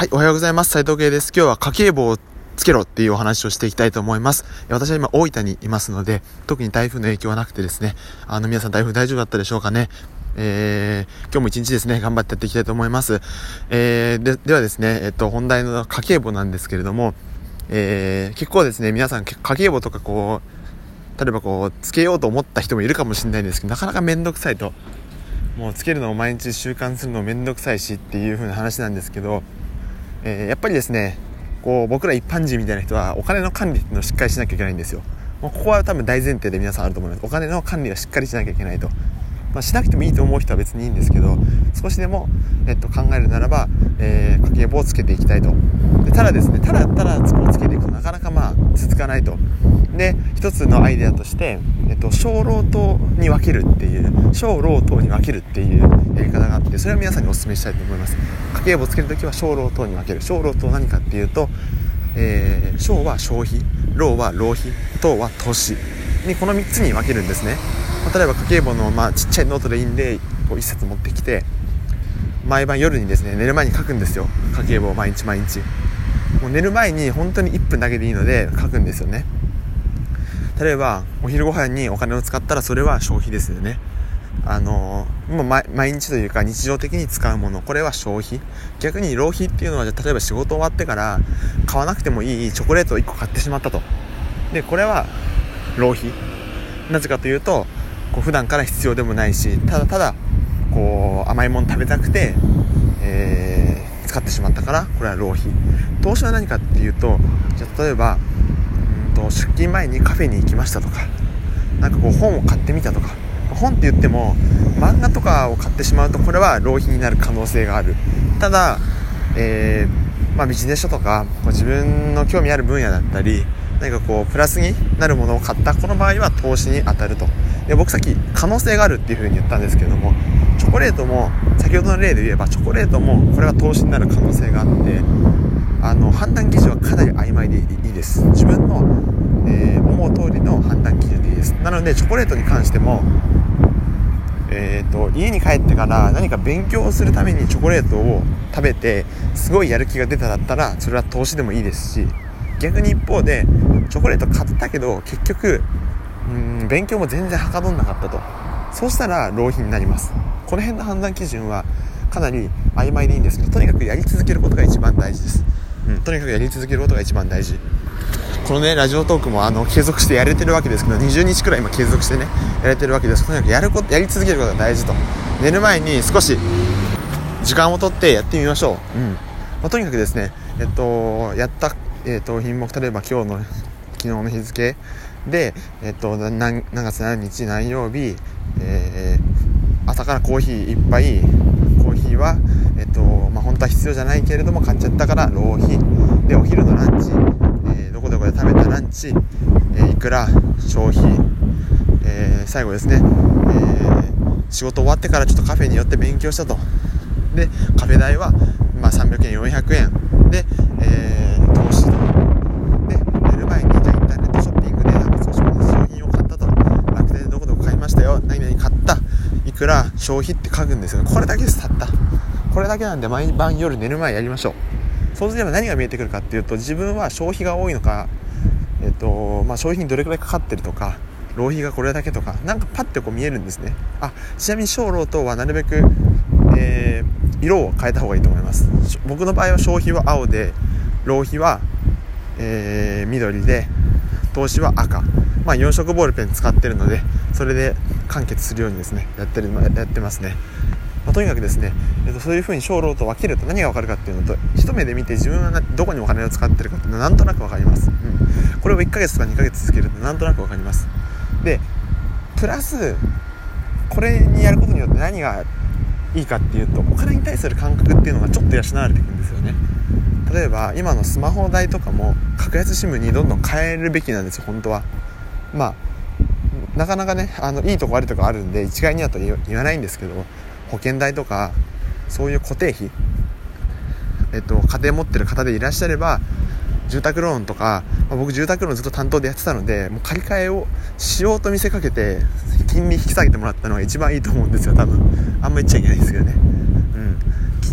はい、おはようございます。斉藤圭です。今日は家計簿をつけろっていうお話をしていきたいと思います。私は今大分にいますので、特に台風の影響はなくてですね、皆さん台風大丈夫だったでしょうかね。今日も一日ですね、頑張ってやっていきたいと思います。ではですね、本題の家計簿なんですけれども、結構ですね、皆さん家計簿とか例えばつけようと思った人もいるかもしれないんですけど、なかなかめんどくさいと。もうつけるのを毎日習慣するのもめんどくさいしっていう風な話なんですけど、やっぱりですね、僕ら一般人みたいな人はお金の管理っていうのをしっかりしなきゃいけないんですよ。もうここは多分大前提で皆さんあると思います。お金の管理はしっかりしなきゃいけないと。しなくてもいいと思う人は別にいいんですけど、少しでも、考えるならば、家計簿をつけていきたいと。でただですね、ただつけていくとなかなか続かないと。で、一つのアイデアとして、小老等に分けるっていうやり方があって、それを皆さんにお勧めしたいと思います。家計簿をつけるときは小老等に分ける。小老等何かっていうと、小は消費、老は浪費、等は投資に、この3つに分けるんですね。例えば家計簿のちっちゃいノートでいいんで、1冊持ってきて、毎晩夜にですね、寝る前に書くんですよ。家計簿を毎日。もう寝る前に本当に1分だけでいいので書くんですよね。例えばお昼ご飯にお金を使ったらそれは消費ですよね。もう毎日というか日常的に使うもの、これは消費。逆に浪費っていうのは、例えば仕事終わってから買わなくてもいいチョコレートを1個買ってしまったと。でこれは浪費。なぜかというと、普段から必要でもないし、ただ甘いもの食べたくて、使ってしまったから、これは浪費。投資は何かっていうと、じゃあ例えば出勤前にカフェに行きましたとか、本を買ってみたとか。本って言っても漫画とかを買ってしまうと、これは浪費になる可能性がある。ただ、ビジネス書とか自分の興味ある分野だったり、プラスになるものを買った、この場合は投資に当たると。で、僕さっき可能性があるっていう風に言ったんですけども、チョコレートも先ほどの例で言えば、チョコレートもこれは投資になる可能性があって、判断基準はかなり曖昧でいいです。自分の、思う通りの判断基準でいいです。なのでチョコレートに関しても、家に帰ってから何か勉強をするためにチョコレートを食べてすごいやる気が出ただったら、それは投資でもいいですし、逆に一方でチョコレート買ったけど結局勉強も全然はかどんなかったと、そうしたら浪費になります。この辺の判断基準はかなり曖昧でいいんですけど、とにかくやり続けることが一番大事です。とにかくやり続けることが一番大事。このね、ラジオトークも継続してやれてるわけですけど、20日くらい今継続してねやれてるわけです。とにかくやり続けることが大事と。寝る前に少し時間をとってやってみましょう。とにかくですね、やった、品目、例えば昨日の日付で、何月何日何曜日、朝からコーヒー一杯、コーヒーは本当は必要じゃないけれども買っちゃったから浪費で、お昼のランチ、どこで食べたランチ、いくら消費、最後ですね、仕事終わってからちょっとカフェに寄って勉強したと。でカフェ代は300円400円で、投資と。で寝る前に、じゃあインターネットショッピングで少し商品を買ったと。楽天でどこ買いましたよ、何々買った、いくら消費って書くんですよね。これだけです。これだけなんで、毎晩夜寝る前やりましょう。そうすれば何が見えてくるかっていうと、自分は消費が多いのか、消費にどれくらいかかってるとか、浪費がこれだけとか、パッて見えるんですね。ちなみに小老等はなるべく、色を変えた方がいいと思います。僕の場合は消費は青で、浪費は、緑で、投資は赤。4色ボールペン使ってるので、それで完結するようにですねやってますね。とにかくですね、そういう風に小老と分けると何が分かるかっていうのと、一目で見て自分はどこにお金を使ってるかっていうのはなんとなく分かります。これを1ヶ月とか2ヶ月続けるとなんとなく分かります。でプラスこれにやることによって何がいいかっていうと、お金に対する感覚っていうのがちょっと養われていくんですよね。例えば今のスマホ代とかも格安SIMにどんどん変えるべきなんですよ、本当は。なかなかね、いいとこ悪いとこあるんで一概にはと言わないんですけど、保険代とかそういう固定費、家庭持ってる方でいらっしゃれば、住宅ローンとか、僕住宅ローンずっと担当でやってたので、もう借り換えをしようと見せかけて金利引き下げてもらったのが一番いいと思うんですよ。多分あんま言っちゃいけないですけどね。金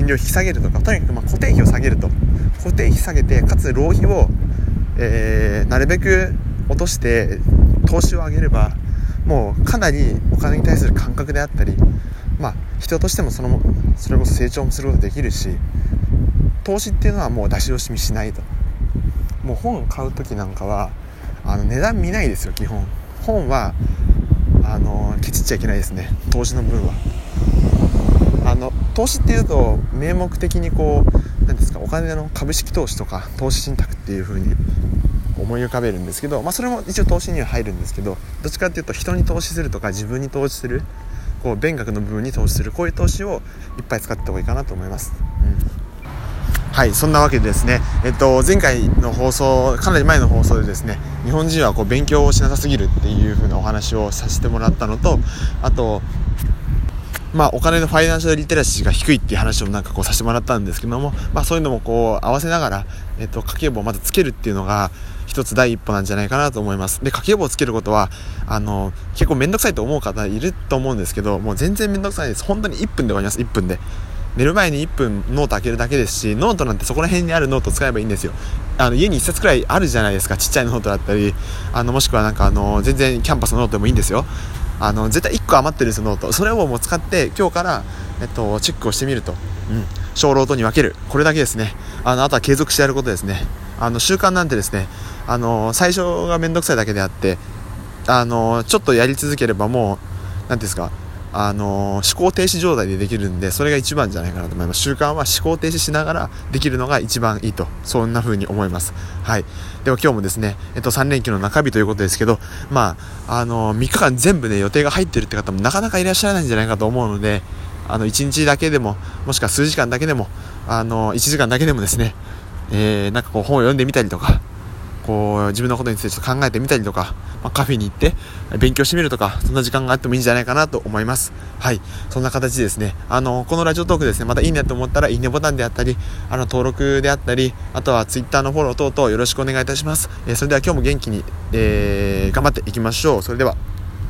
金利を引き下げるとか、とにかく固定費を下げると、固定費下げてかつ浪費を、なるべく落として投資を上げれば、もうかなりお金に対する感覚であったり、人としてもそれこそ成長もすることができるし、投資っていうのはもう出し惜しみしないと。もう本を買う時なんかは値段見ないですよ。基本本はケチっちゃいけないですね。投資の分は投資っていうと名目的に何ですか、お金の株式投資とか投資信託っていう風に思い浮かべるんですけど、それも一応投資には入るんですけど、どっちかっていうと人に投資するとか自分に投資する、勉学の部分に投資する、こういう投資をいっぱい使った方がいいかなと思います。はい、そんなわけでですね、前回の放送、かなり前の放送でですね、日本人は勉強をしなさすぎるっていう風なお話をさせてもらったのと、あとお金のファイナンシャルリテラシーが低いっていう話をさせてもらったんですけども、そういうのも合わせながら、家計簿をまずつけるっていうのが一つ第一歩なんじゃないかなと思います。で、家計簿をつけることは結構めんどくさいと思う方いると思うんですけど、もう全然めんどくさいです。本当に1分で終わります。1分で寝る前に1分ノート開けるだけですし、ノートなんてそこら辺にあるノートを使えばいいんですよ。家に1冊くらいあるじゃないですか。ちっちゃいノートだったり、もしくは全然キャンパスのノートでもいいんですよ。絶対1個余ってるんですよ、ノート。それをもう使って今日から、チェックをしてみると、小労とに分ける、これだけですね。あとは継続してやることですね。習慣なんてですね、最初がめんどくさいだけであって、ちょっとやり続ければもうなんていうんですか、思考停止状態でできるんで、それが一番じゃないかなと思います。習慣は思考停止しながらできるのが一番いいと、そんな風に思います。はい。では今日もですね、3連休の中日ということですけど、3日間全部ね予定が入ってるって方もなかなかいらっしゃらないんじゃないかと思うので、1日だけでも、もしくは数時間だけでも、1時間だけでもですね、本を読んでみたりとか、自分のことについてちょっと考えてみたりとか、カフェに行って勉強してみるとか、そんな時間があってもいいんじゃないかなと思います。はい、そんな形でですね、このラジオトークですね、またいいねと思ったらいいねボタンであったり、登録であったり、あとはツイッターのフォロー等々よろしくお願いいたします。それでは今日も元気に、頑張っていきましょう。それでは。